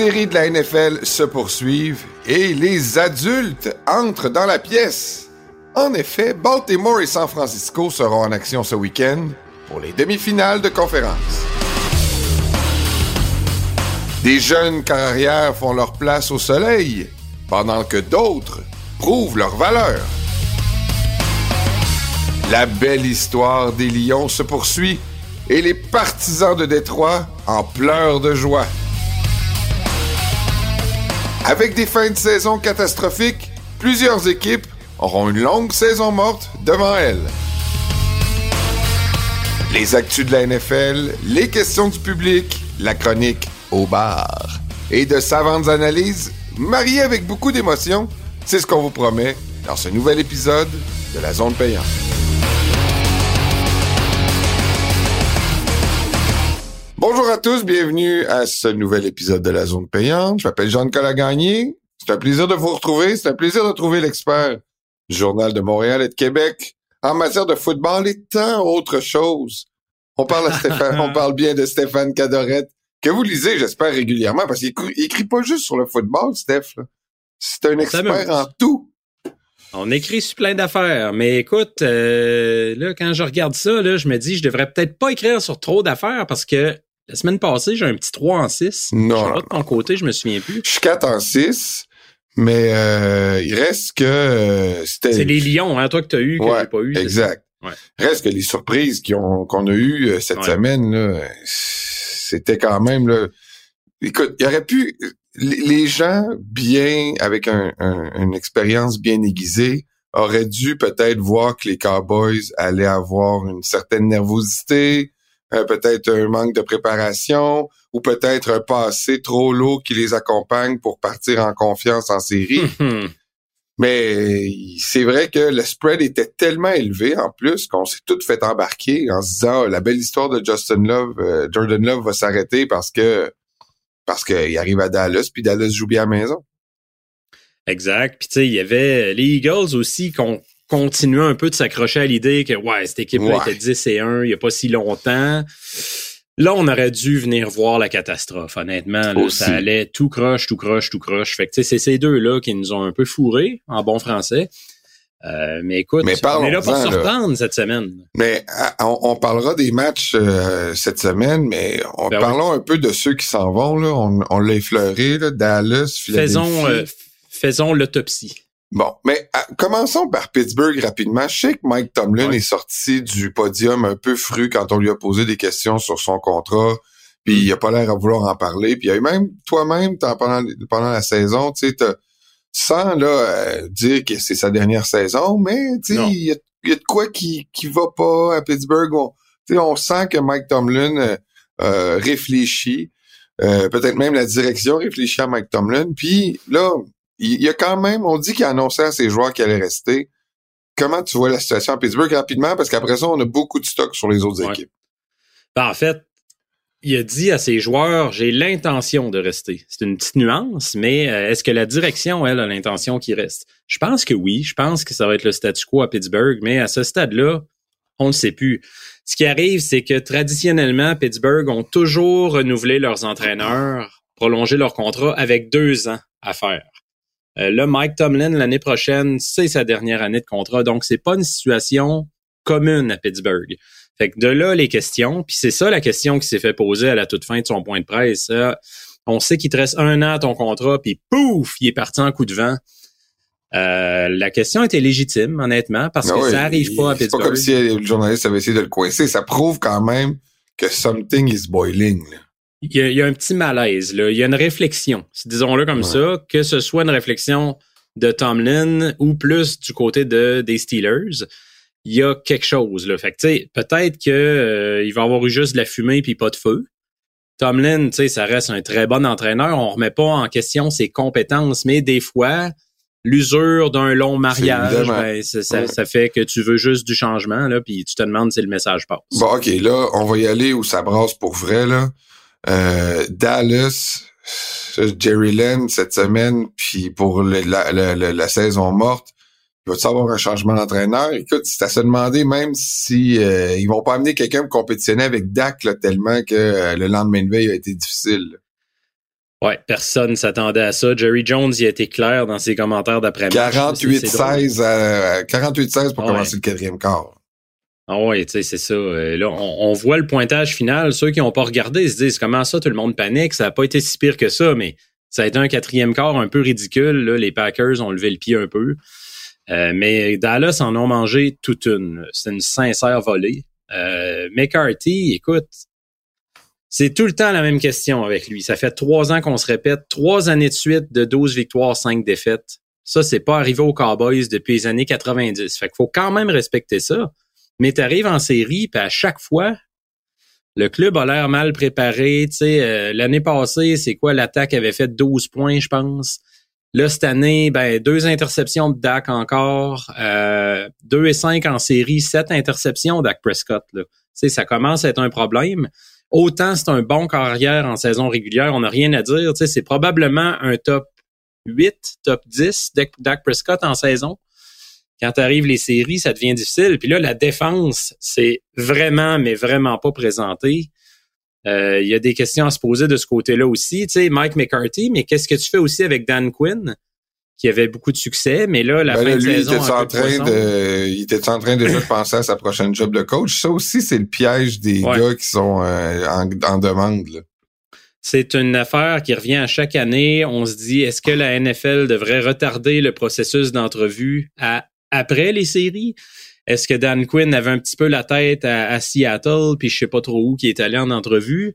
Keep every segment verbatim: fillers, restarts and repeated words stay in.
séries de la N F L se poursuivent et les adultes entrent dans la pièce. En effet, Baltimore et San Francisco seront en action ce week-end pour les demi-finales de conférence. Des jeunes carrières font leur place au soleil, pendant que d'autres prouvent leur valeur. La belle histoire des Lions se poursuit et les partisans de Détroit en pleurent de joie. Avec des fins de saison catastrophiques, plusieurs équipes auront une longue saison morte devant elles. Les actus de la N F L, les questions du public, la chronique au bar et de savantes analyses mariées avec beaucoup d'émotions, c'est ce qu'on vous promet dans ce nouvel épisode de la Zone Payante. Bonjour à tous, bienvenue à ce nouvel épisode de la Zone Payante. Je m'appelle Jean-Nicolas Gagné. C'est un plaisir de vous retrouver. C'est un plaisir de trouver l'expert du Journal de Montréal et de Québec en matière de football et tant autre chose. On parle à Stéphane, on parle bien de Stéphane Cadorette, que vous lisez, j'espère, régulièrement, parce qu'il écrit pas juste sur le football, Steph. Là. C'est un expert en tout. On écrit sur plein d'affaires, mais écoute, euh, là, quand je regarde ça, là, je me dis, je devrais peut-être pas écrire sur trop d'affaires parce que la semaine passée, j'ai un petit trois en six. Non. Je sais pas de ton côté, je me souviens plus. Je suis quatre en six, mais euh, il reste que... Euh, c'était... C'est les Lions, hein, toi que t'as eu, que ouais, j'ai pas eu. Exact. Ouais. Reste que les surprises qui ont, qu'on a eues euh, cette ouais. semaine, là, c'était quand même... Là, écoute, il y aurait pu... Les gens bien, avec un, un, une expérience bien aiguisée, auraient dû peut-être voir que les Cowboys allaient avoir une certaine nervosité, euh, peut-être un manque de préparation, ou peut-être un passé trop lourd qui les accompagne pour partir en confiance en série. Mais c'est vrai que le spread était tellement élevé en plus qu'on s'est tout fait embarquer en se disant oh, la belle histoire de Justin Love, euh, Jordan Love va s'arrêter parce que parce qu'il arrive à Dallas, puis Dallas joue bien à la maison. Exact. Puis tu sais, il y avait les Eagles aussi qu'on continuait un peu de s'accrocher à l'idée que ouais, cette équipe-là ouais. était dix et un il n'y a pas si longtemps. Là, on aurait dû venir voir la catastrophe, honnêtement. Là, ça allait tout croche, tout croche, tout croche. Fait que tu sais, c'est ces deux-là qui nous ont un peu fourrés, en bon français. Euh, mais écoute, mais on est là pour se reprendre cette semaine. Mais on, on parlera des matchs euh, cette semaine, mais on ben parlons oui. un peu de ceux qui s'en vont. Là. On, on l'a effleuré, là, Dallas, Philadelphie. Faisons, euh, faisons l'autopsie. Bon, mais à, commençons par Pittsburgh rapidement. Je sais que Mike Tomlin ouais. est sorti du podium un peu fru quand on lui a posé des questions sur son contrat, puis mm. il a pas l'air à vouloir en parler. Puis il y a eu même toi-même pendant, pendant la saison, tu sais, sans là euh, dire que c'est sa dernière saison, mais tu sais, il y a, y a de quoi qui qui va pas à Pittsburgh. On, on sent que Mike Tomlin euh, euh, réfléchit, euh, peut-être même la direction réfléchit à Mike Tomlin. Puis là, il y a quand même, on dit qu'il a annoncé à ses joueurs qu'il allait rester. Comment tu vois la situation à Pittsburgh rapidement? Parce qu'après ça, on a beaucoup de stock sur les autres ouais. équipes. Ben, en fait, il a dit à ses joueurs, j'ai l'intention de rester. C'est une petite nuance, mais est-ce que la direction, elle, a l'intention qu'il reste? Je pense que oui. Je pense que ça va être le statu quo à Pittsburgh, mais à ce stade-là, on ne sait plus. Ce qui arrive, c'est que traditionnellement, Pittsburgh ont toujours renouvelé leurs entraîneurs, prolongé leur contrat avec deux ans à faire. Euh, là, Mike Tomlin, l'année prochaine, c'est sa dernière année de contrat, donc c'est pas une situation commune à Pittsburgh. Fait que de là, les questions, puis c'est ça la question qui s'est fait poser à la toute fin de son point de presse. Euh, on sait qu'il te reste un an à ton contrat, puis pouf, il est parti en coup de vent. Euh, la question était légitime, honnêtement, parce non que oui, ça arrive pas à Pittsburgh. C'est pas comme si le journaliste avait essayé de le coincer. Ça prouve quand même que something is boiling. Là. Il y, a, il y a un petit malaise, là. Il y a une réflexion, disons-le comme ouais. ça, que ce soit une réflexion de Tomlin ou plus du côté de des Steelers. Il y a quelque chose, là. Fait que, tu sais, peut-être que euh, il va avoir eu juste de la fumée puis pas de feu. Tomlin, tu sais, ça reste un très bon entraîneur. On remet pas en question ses compétences, mais des fois, l'usure d'un long mariage, ben, ça, ça, ouais. ça fait que tu veux juste du changement, là, puis tu te demandes si le message passe. Bon, OK, là, on va y aller où ça brasse pour vrai, là. Euh, Dallas, Jerry Lynn cette semaine, puis pour le, la, la, la, la saison morte, il va-tu avoir un changement d'entraîneur? Écoute, c'est à se demander même si euh, ils vont pas amener quelqu'un pour compétitionner avec Dak là, tellement que euh, le lendemain de veille a été difficile. Ouais, personne s'attendait à ça. Jerry Jones, il a été clair dans ses commentaires d'après-match. quarante-huit seize à quarante-huit seize pour ouais. commencer le quatrième quart. Ah ouais, tu sais, c'est ça. Là, on, on voit le pointage final. Ceux qui n'ont pas regardé se disent comment ça, tout le monde panique. Ça n'a pas été si pire que ça, mais ça a été un quatrième quart un peu ridicule. Là. Les Packers ont levé le pied un peu. Euh, mais Dallas en ont mangé toute une. C'est une sincère volée. Euh, McCarthy, écoute, c'est tout le temps la même question avec lui. Ça fait trois ans qu'on se répète. Trois années de suite de douze victoires, cinq défaites. Ça, c'est pas arrivé aux Cowboys depuis les années quatre-vingt-dix. Fait qu'il faut quand même respecter ça. Mais t'arrives en série, puis à chaque fois, le club a l'air mal préparé. Tu sais, euh, l'année passée, c'est quoi? L'attaque avait fait douze points, je pense. Là, cette année, ben deux interceptions de Dak encore. Euh, deux et cinq en série, sept interceptions Dak Prescott. Là. Tu sais, ça commence à être un problème. Autant c'est un bon carrière en saison régulière, on n'a rien à dire. Tu sais, c'est probablement un top huit, top dix Dak Prescott en saison. Quand t'arrives les séries, ça devient difficile. Puis là, la défense, c'est vraiment, mais vraiment pas présenté. Il euh, y a des questions à se poser de ce côté-là aussi. Tu sais, Mike McCarthy, mais qu'est-ce que tu fais aussi avec Dan Quinn, qui avait beaucoup de succès, mais là, la ben fin là, de lui, saison... Il était en train de, il était en train déjà de penser à sa prochaine job de coach. Ça aussi, c'est le piège des ouais. gars qui sont euh, en, en demande, là. C'est une affaire qui revient à chaque année. On se dit, est-ce que la N F L devrait retarder le processus d'entrevue à après les séries? Est-ce que Dan Quinn avait un petit peu la tête à, à Seattle, puis je sais pas trop où, qui est allé en entrevue?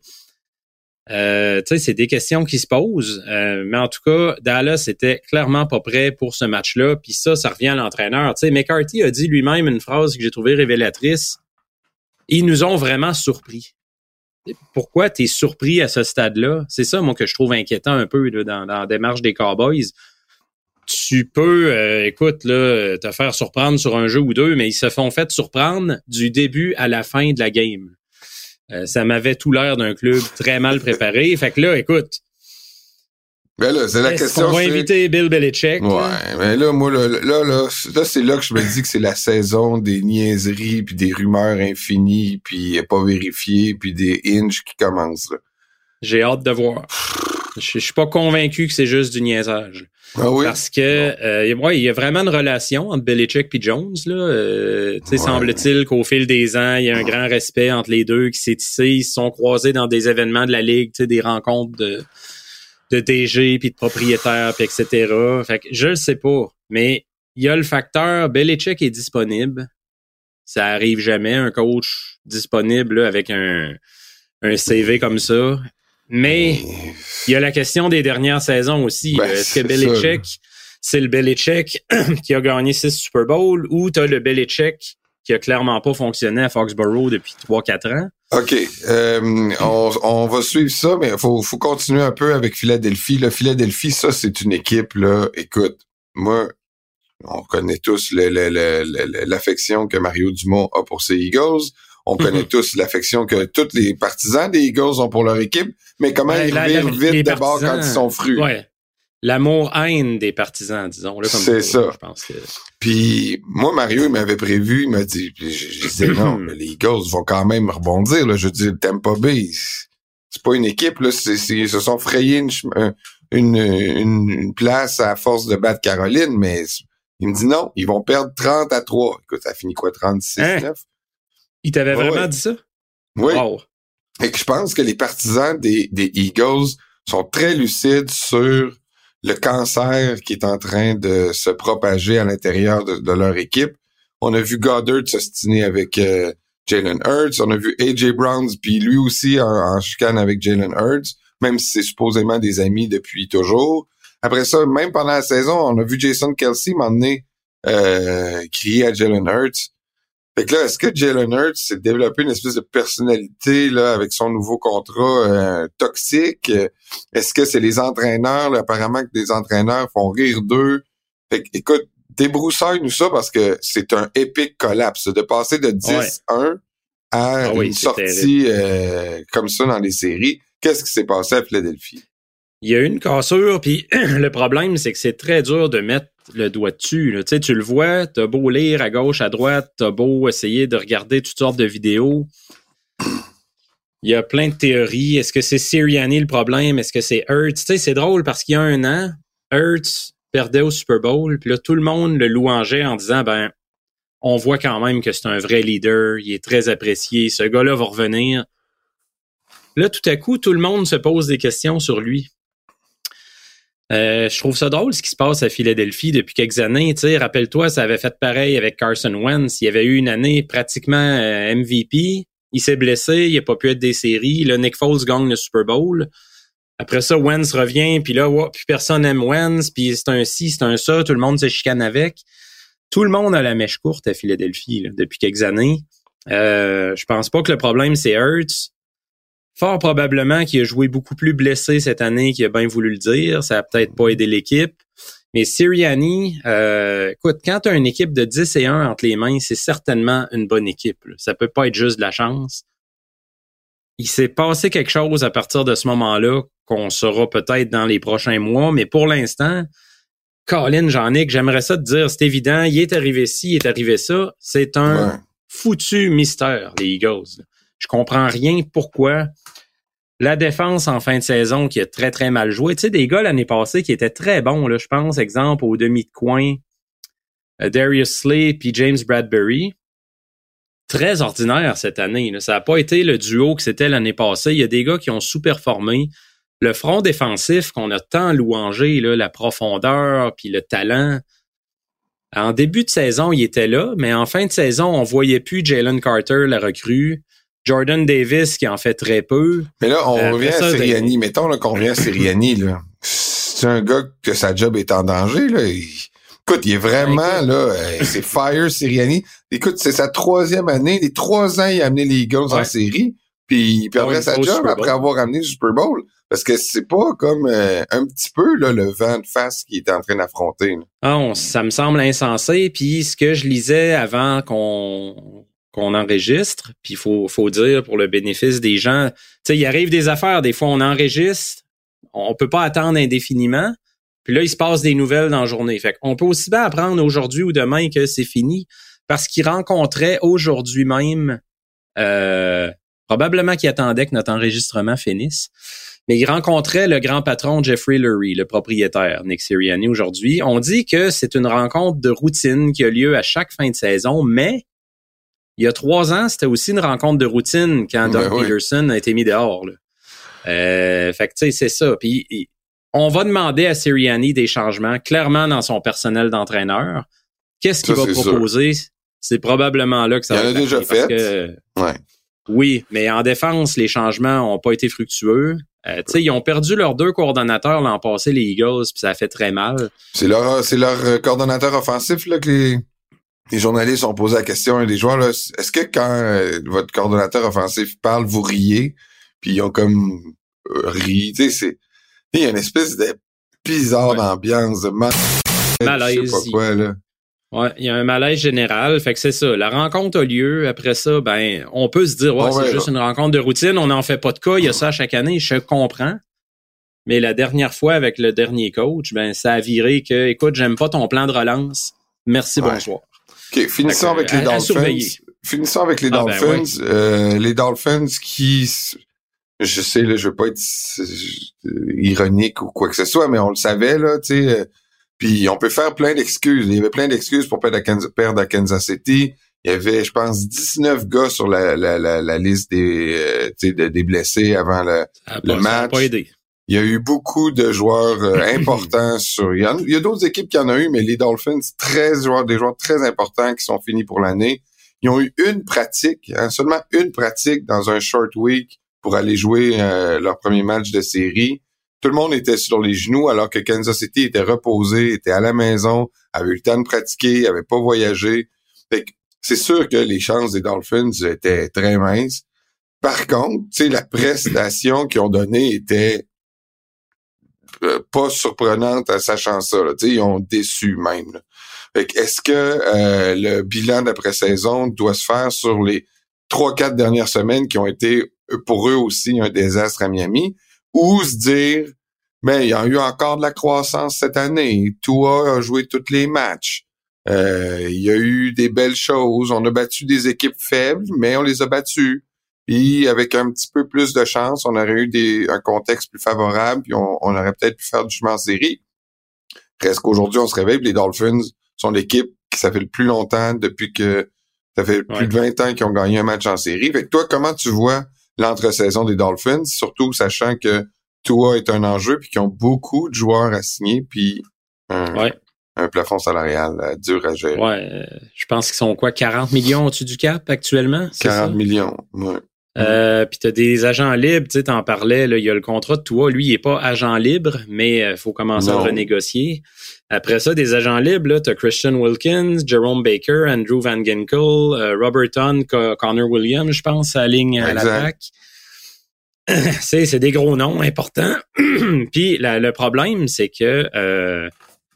Euh, tu sais, c'est des questions qui se posent. Euh, mais en tout cas, Dallas était clairement pas prêt pour ce match-là. Puis ça, ça revient à l'entraîneur. Tu sais, McCarthy a dit lui-même une phrase que j'ai trouvée révélatrice. Ils nous ont vraiment surpris. Pourquoi t'es surpris à ce stade-là? C'est ça, moi, que je trouve inquiétant un peu là, dans, dans la démarche des Cowboys. Tu peux, euh, écoute, là, te faire surprendre sur un jeu ou deux, mais ils se font fait surprendre du début à la fin de la game. Euh, ça m'avait tout l'air d'un club très mal préparé. Fait que là, écoute. Ben là, c'est la est-ce question. On va c'est... inviter Bill Belichick. Ouais, là? mais là, moi, là, là, là, là, c'est là que je me dis que c'est la saison des niaiseries, puis des rumeurs infinies, puis pas vérifiées, puis des inches qui commencent. Là. J'ai hâte de voir. Je suis pas convaincu que c'est juste du niaisage. Ah oui? Parce que euh, ouais, il y a vraiment une relation entre Belichick et Jones. Là. Euh, ouais. Semble-t-il qu'au fil des ans, il y a un grand respect entre les deux qui s'est tissé. Ils se sont croisés dans des événements de la Ligue, des rencontres de, de D G, puis de propriétaires, puis et cetera. Fait que je le sais pas. Mais il y a le facteur Belichick est disponible. Ça arrive jamais, un coach disponible là, avec un, un C V comme ça. Mais il y a la question des dernières saisons aussi. Ben, Est-ce que Belichick, ça. c'est le Belichick qui a gagné six Super Bowls ou t'as le Belichick qui a clairement pas fonctionné à Foxborough depuis trois quatre ans? OK. Euh, on, on va suivre ça, mais il faut, faut continuer un peu avec Philadelphie. Le Philadelphie, ça, c'est une équipe, là. Écoute, moi, on connaît tous le, le, le, le, l'affection que Mario Dumont a pour ses Eagles. On connaît mm-hmm. tous l'affection que tous les partisans des Eagles ont pour leur équipe, mais comment ouais, ils la, virent la, vite d'abord quand ils sont frus. Ouais. L'amour-haine des partisans, disons. Là, comme c'est ça. ça. Je pense que... Puis moi, Mario, il m'avait prévu, il m'a dit, je, je disais non, mais les Eagles vont quand même rebondir. Là. Je dis, le Tampa Bay, c'est pas une équipe, là, c'est, c'est, ils se sont frayés une, une, une, une place à force de battre Caroline, mais il me dit non, ils vont perdre trente à trois. Écoute, ça finit quoi, trente-six neuf? Hein? Il t'avait ouais, vraiment ouais. dit ça? Oui. Wow. Et que je pense que les partisans des, des Eagles sont très lucides sur le cancer qui est en train de se propager à l'intérieur de, de leur équipe. On a vu Goddard s'ostiner avec euh, Jalen Hurts. On a vu A J Brown, puis lui aussi en, en chicane avec Jalen Hurts, même si c'est supposément des amis depuis toujours. Après ça, même pendant la saison, on a vu Jason Kelce m'emmener euh, crier à Jalen Hurts. Fait que là, est-ce que Jalen Hurts s'est développé une espèce de personnalité là avec son nouveau contrat euh, toxique? Est-ce que c'est les entraîneurs? Là, apparemment que des entraîneurs font rire d'eux. Fait que, écoute, débroussaille-nous ça parce que c'est un épique collapse. De passer de dix un ouais. à ah une oui, sortie euh, comme ça dans les séries. Qu'est-ce qui s'est passé à Philadelphie? Il y a eu une cassure, puis le problème, c'est que c'est très dur de mettre le doigt dessus. Là. Tu sais, tu le vois, t'as beau lire à gauche, à droite, t'as beau essayer de regarder toutes sortes de vidéos. Il y a plein de théories. Est-ce que c'est Sirianni le problème? Est-ce que c'est Hurts? Tu sais, c'est drôle parce qu'il y a un an, Hurts perdait au Super Bowl, puis là, tout le monde le louangeait en disant, ben, on voit quand même que c'est un vrai leader, il est très apprécié, ce gars-là va revenir. Là, tout à coup, tout le monde se pose des questions sur lui. Euh, je trouve ça drôle ce qui se passe à Philadelphie depuis quelques années. Tu sais, rappelle-toi, ça avait fait pareil avec Carson Wentz. Il y avait eu une année pratiquement euh, M V P. Il s'est blessé, il n'a pas pu être des séries. Là, Nick Foles gagne le Super Bowl. Après ça, Wentz revient, puis là, wow, plus personne n'aime Wentz, puis c'est un ci, c'est un ça, tout le monde se chicane avec. Tout le monde a la mèche courte à Philadelphie là, depuis quelques années. Euh, je pense pas que le problème, c'est Hurts. Fort probablement qu'il a joué beaucoup plus blessé cette année qu'il a bien voulu le dire. Ça a peut-être pas aidé l'équipe. Mais Sirianni, euh, écoute, quand tu as une équipe de dix et un entre les mains, c'est certainement une bonne équipe. Là. Ça peut pas être juste de la chance. Il s'est passé quelque chose à partir de ce moment-là qu'on saura peut-être dans les prochains mois. Mais pour l'instant, Colin, Jean-Nic, j'aimerais ça te dire, c'est évident, il est arrivé ci, il est arrivé ça. C'est un ouais. foutu mystère, les Eagles. Je comprends rien pourquoi. La défense en fin de saison qui a très, très mal joué. Tu sais, des gars l'année passée qui étaient très bons, là, je pense, exemple, au demi de coin, euh, Darius Slay puis James Bradbury. Très ordinaire cette année. Là. Ça n'a pas été le duo que c'était l'année passée. Il y a des gars qui ont sous-performé. Le front défensif qu'on a tant louangé, là, la profondeur puis le talent. En début de saison, il était là, mais en fin de saison, on voyait plus Jalen Carter, la recrue. Jordan Davis qui en fait très peu. Mais là, on euh, revient à Sirianni. Des... Mettons là, qu'on revient à Sirianni. Là. C'est un gars que sa job est en danger. Là. Il... Écoute, il est vraiment là, euh, c'est fire Sirianni. Écoute, c'est sa troisième année. Les trois ans, il a amené les Eagles ouais. en série. Puis il perdrait ouais, sa job après avoir amené le Super Bowl. Parce que c'est pas comme euh, un petit peu là, le vent de face qu'il est en train d'affronter. Là. Ah, on, ça me semble insensé. Puis ce que je lisais avant qu'on... qu'on enregistre, puis il faut, faut dire pour le bénéfice des gens, tu sais, il arrive des affaires, des fois on enregistre, on peut pas attendre indéfiniment, puis là, il se passe des nouvelles dans la journée. Fait qu'on peut aussi bien apprendre aujourd'hui ou demain que c'est fini, parce qu'il rencontrait aujourd'hui même, euh, probablement qu'il attendait que notre enregistrement finisse, mais il rencontrait le grand patron Jeffrey Lurie, le propriétaire, Nick Sirianni, aujourd'hui. On dit que c'est une rencontre de routine qui a lieu à chaque fin de saison, mais il y a trois ans, c'était aussi une rencontre de routine quand Doug ben Peterson oui. a été mis dehors. Là. Euh, fait que tu sais, c'est ça. Puis on va demander à Sirianni des changements, clairement dans son personnel d'entraîneur. Qu'est-ce qu'il ça, va proposer? Sûr. C'est probablement là que ça il va. Il en a déjà fait. Que, ouais. Oui, mais en défense, les changements n'ont pas été fructueux. Euh, tu sais, ils ont perdu leurs deux coordonnateurs l'an passé, les Eagles, puis ça a fait très mal. C'est leur, c'est leur coordonnateur offensif là que les. Les journalistes ont posé la question à des joueurs, là, est-ce que quand euh, votre coordonnateur offensif parle, vous riez, puis ils ont comme euh, ri, tu sais, c'est, il y a une espèce de bizarre ouais. d'ambiance, de mal... malaise. Je sais pas quoi, là. Ouais, il y a un malaise général, fait que c'est ça. La rencontre a lieu, après ça, ben, on peut se dire, ouais, bon, c'est ouais, juste là. Une rencontre de routine, on n'en fait pas de cas, il y a ça chaque année, je comprends. Mais la dernière fois, avec le dernier coach, ben, ça a viré que, écoute, j'aime pas ton plan de relance, merci, ouais. bonsoir. OK, finissons avec les Dolphins. Finissons avec les Dolphins. Ah ben ouais. euh, les Dolphins qui, je sais, là, je veux pas être ironique ou quoi que ce soit, mais on le savait, là, tu sais. Euh, puis on peut faire plein d'excuses. Il y avait plein d'excuses pour perdre à Kansas, perdre à Kansas City. Il y avait, je pense, dix-neuf gars sur la, la, la, la liste des, euh, tu sais, des blessés avant le, ah, le bon, match. Ça n'a pas aidé. Il y a eu beaucoup de joueurs euh, importants sur. Il y, a, il y a d'autres équipes qui en ont eu, mais les Dolphins, treize joueurs, des joueurs très importants qui sont finis pour l'année. Ils ont eu une pratique, hein, seulement une pratique dans un short week pour aller jouer euh, leur premier match de série. Tout le monde était sur les genoux alors que Kansas City était reposé, était à la maison, avait eu le temps de pratiquer, avait pas voyagé. Fait que c'est sûr que les chances des Dolphins étaient très minces. Par contre, tu sais, la prestation qu'ils ont donnée était Euh, pas surprenante à sachant ça. Là. Ils ont déçu même. Là. Fait que est-ce que euh, le bilan d'après-saison doit se faire sur les trois, quatre dernières semaines qui ont été pour eux aussi un désastre à Miami, ou se dire mais il y a eu encore de la croissance cette année. Tua a joué tous les matchs. Euh, il y a eu des belles choses. On a battu des équipes faibles, mais on les a battues. Puis avec un petit peu plus de chance, on aurait eu des un contexte plus favorable, puis on, on aurait peut-être pu faire du chemin en série. Reste qu'aujourd'hui, on se réveille, puis les Dolphins sont l'équipe qui ça fait le plus longtemps depuis que ça fait plus ouais. de vingt ans qu'ils ont gagné un match en série. Fait que toi, comment tu vois l'entre-saison des Dolphins, surtout sachant que Tua est un enjeu, puis qu'ils ont beaucoup de joueurs à signer, puis un, ouais. un plafond salarial euh, dur à gérer. Ouais, euh, je pense qu'ils sont quoi, quarante millions au-dessus du cap actuellement? C'est quarante ça? millions, ouais. Euh, puis t'as des agents libres, tu sais, t'en parlais, là, il y a le contrat de Tua, lui, il est pas agent libre, mais il euh, faut commencer non. à renégocier. Après ça, des agents libres, là, t'as Christian Wilkins, Jerome Baker, Andrew Van Ginkel, euh, Roberton, Co- Connor Williams, je pense, à la ligne à l'attaque. c'est, c'est des gros noms importants. Puis la, le problème, c'est que euh,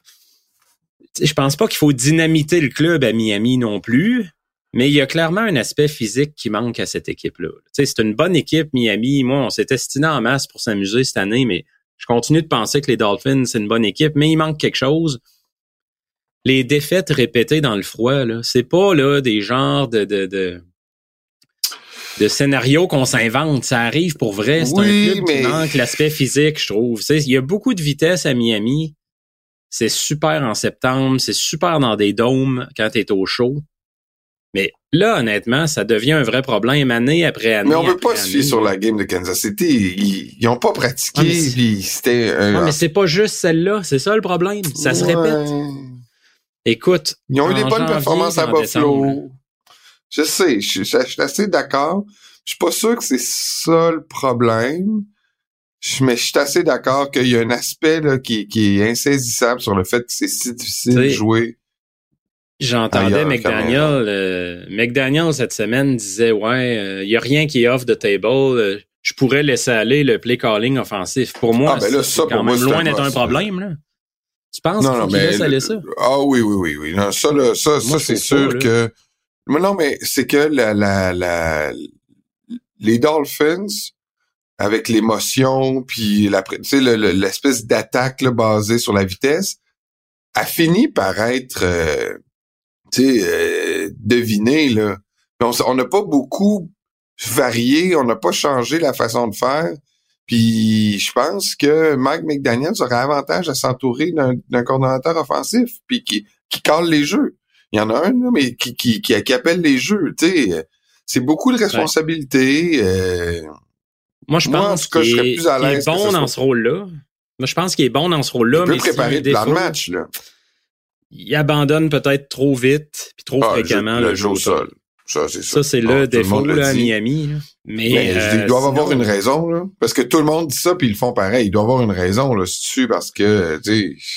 je pense pas qu'il faut dynamiter le club à Miami non plus. Mais il y a clairement un aspect physique qui manque à cette équipe-là. Tu sais, c'est une bonne équipe, Miami. Moi, on s'est destiné en masse pour s'amuser cette année, mais je continue de penser que les Dolphins, c'est une bonne équipe, mais il manque quelque chose. Les défaites répétées dans le froid, là, c'est pas là des genres de, de, de, de scénarios qu'on s'invente. Ça arrive pour vrai. C'est oui, un club mais... qui manque l'aspect physique, je trouve. Tu sais, il y a beaucoup de vitesse à Miami. C'est super en septembre. C'est super dans des dômes quand t'es au chaud. Mais là, honnêtement, ça devient un vrai problème année après année. Mais on veut pas se fier sur la game de Kansas City. Ils, ils ont pas pratiqué, ah, puis c'était... Euh, ah, mais c'est pas juste celle-là. C'est ça le problème. Ça ouais. se répète. Écoute... Ils ont eu des bonnes performances à Buffalo. Je sais, je, je, je suis assez d'accord. Je suis pas sûr que c'est ça le problème. Je, mais je suis assez d'accord qu'il y a un aspect là, qui, qui est insaisissable sur le fait que c'est si difficile de jouer. J'entendais ailleurs, McDaniel, euh, McDaniel cette semaine disait ouais, il euh, y a rien qui est off the table. Euh, je pourrais laisser aller le play calling offensif. Pour moi, ah, ben là, ça, c'est quand même moi, loin d'être un, un problème là. Tu penses non, non, qu'il laisse aller ça? Ah oui, oui, oui, oui. Non, ça, là, ça, moi, ça c'est sûr pas, que. Mais non, mais c'est que la, la, la, les Dolphins, avec l'émotion, puis la, tu sais, le, le, l'espèce d'attaque là, basée sur la vitesse, a fini par être. Euh, tu sais, euh, deviner, là. On n'a pas beaucoup varié, on n'a pas changé la façon de faire. Puis je pense que Mike McDaniel aurait avantage à s'entourer d'un, d'un coordonnateur offensif, puis qui, qui cale les jeux. Il y en a un, là, mais qui, qui, qui, qui appelle les jeux. Tu sais, c'est beaucoup de responsabilités. Ouais. Euh, Moi, je pense moi, en tout cas, qu'il, je serais plus à l'aise qu'il est bon dans ce rôle-là. Moi, je pense qu'il est bon dans ce rôle-là. Il peut mais préparer le plan de match, là. Il abandonne peut-être trop vite puis trop ah, fréquemment le, le jeu au sol. Ça, c'est ça. Ça, c'est ah, le défaut là, à Miami. Là. Mais, mais euh, ils doivent sinon... avoir une raison, là. Parce que tout le monde dit ça puis ils le font pareil. Ils doivent avoir une raison, là, si tu parce que, tu sais,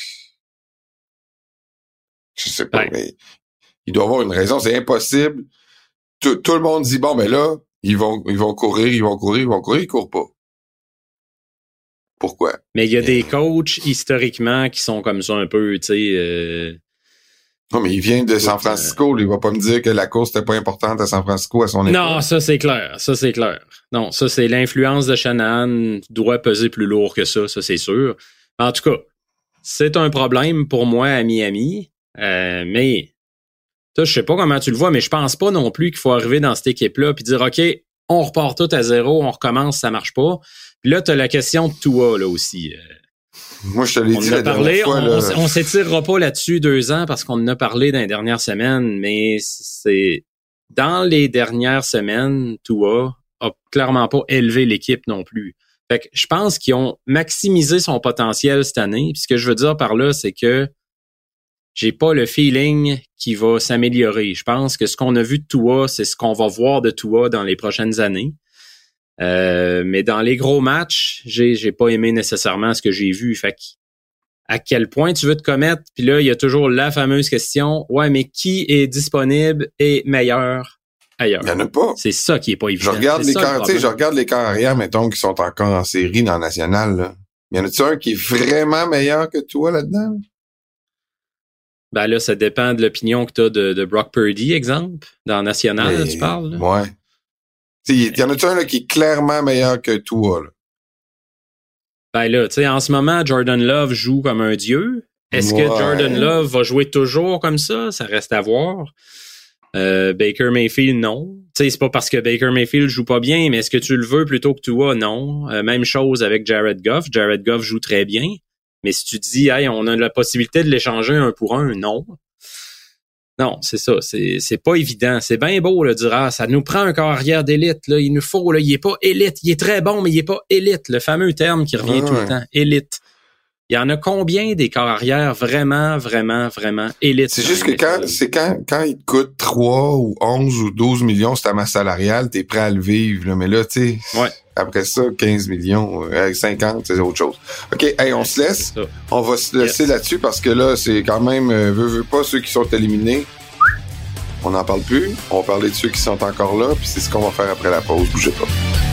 je sais pas, ouais. mais il doit avoir une raison. C'est impossible. Tout, tout le monde dit, bon, ben là, ils vont, ils vont courir, ils vont courir, ils vont courir, ils courent pas. Pourquoi? Mais il y a des coachs, historiquement, qui sont comme ça un peu, tu sais... Euh... Non, mais il vient de San Francisco. Il va pas me dire que la course n'était pas importante à San Francisco à son époque. Non, ça, c'est clair. Ça, c'est clair. Non, ça, c'est l'influence de Shanahan doit peser plus lourd que ça, ça, c'est sûr. En tout cas, c'est un problème pour moi à Miami. Euh, mais, je sais pas comment tu le vois, mais je pense pas non plus qu'il faut arriver dans cette équipe-là puis dire, OK, on repart tout à zéro, on recommence, ça marche pas. Puis là, t'as la question de Tua, là, aussi. Moi, je te l'ai on dit en a la parlé, fois, on, là. on, on s'étirera pas là-dessus deux ans parce qu'on en a parlé dans les dernières semaines, mais c'est dans les dernières semaines, Tua a clairement pas élevé l'équipe non plus. Fait que je pense qu'ils ont maximisé son potentiel cette année. Puis ce que je veux dire par là, c'est que j'ai pas le feeling qu'il va s'améliorer. Je pense que ce qu'on a vu de Tua, c'est ce qu'on va voir de Tua dans les prochaines années. Euh, mais dans les gros matchs, j'ai j'ai pas aimé nécessairement ce que j'ai vu. Fait que, à quel point tu veux te commettre? Puis là, il y a toujours la fameuse question, ouais, mais qui est disponible et meilleur ailleurs? Il y en a pas. C'est ça qui est pas évident. Je regarde les camps, tu sais, je regarde les camps arrière, mettons, qui sont encore en série dans la nationale, là. Y en a-tu un qui est vraiment meilleur que toi là-dedans? Ben là, ça dépend de l'opinion que t'as de, de Brock Purdy, exemple. Dans la nationale, mais, là, tu parles, là. Ouais. Il y en a-tu un là, qui est clairement meilleur que toi, là? Ben là, tu sais, en ce moment, Jordan Love joue comme un dieu. Est-ce ouais. que Jordan Love va jouer toujours comme ça? Ça reste à voir. Euh, Baker Mayfield, non. Tu sais, c'est pas parce que Baker Mayfield joue pas bien, mais est-ce que tu le veux plutôt que Tua? Non. Euh, même chose avec Jared Goff. Jared Goff joue très bien. Mais si tu dis, hey, on a la possibilité de l'échanger un pour un, non. Non, c'est ça. C'est, c'est pas évident. C'est bien beau, là, dire, ah, ça nous prend un corps arrière d'élite, là. Il nous faut, là. Il est pas élite. Il est très bon, mais il est pas élite. Le fameux terme qui revient ah, tout ouais. le temps. Élite. Il y en a combien des corps arrière vraiment, vraiment, vraiment élites? C'est juste que quand, c'est quand, quand il te coûte trois ou onze ou douze millions, c'est ta masse salariale, t'es prêt à le vivre, là. Mais là, tu sais, ouais. après ça, quinze millions, euh, cinquante, c'est autre chose. OK, hey, on se laisse. On va se laisser yes. là-dessus parce que là, c'est quand même, euh, veux, veux pas, ceux qui sont éliminés. On n'en parle plus. On va parler de ceux qui sont encore là, puis c'est ce qu'on va faire après la pause. Bougez pas.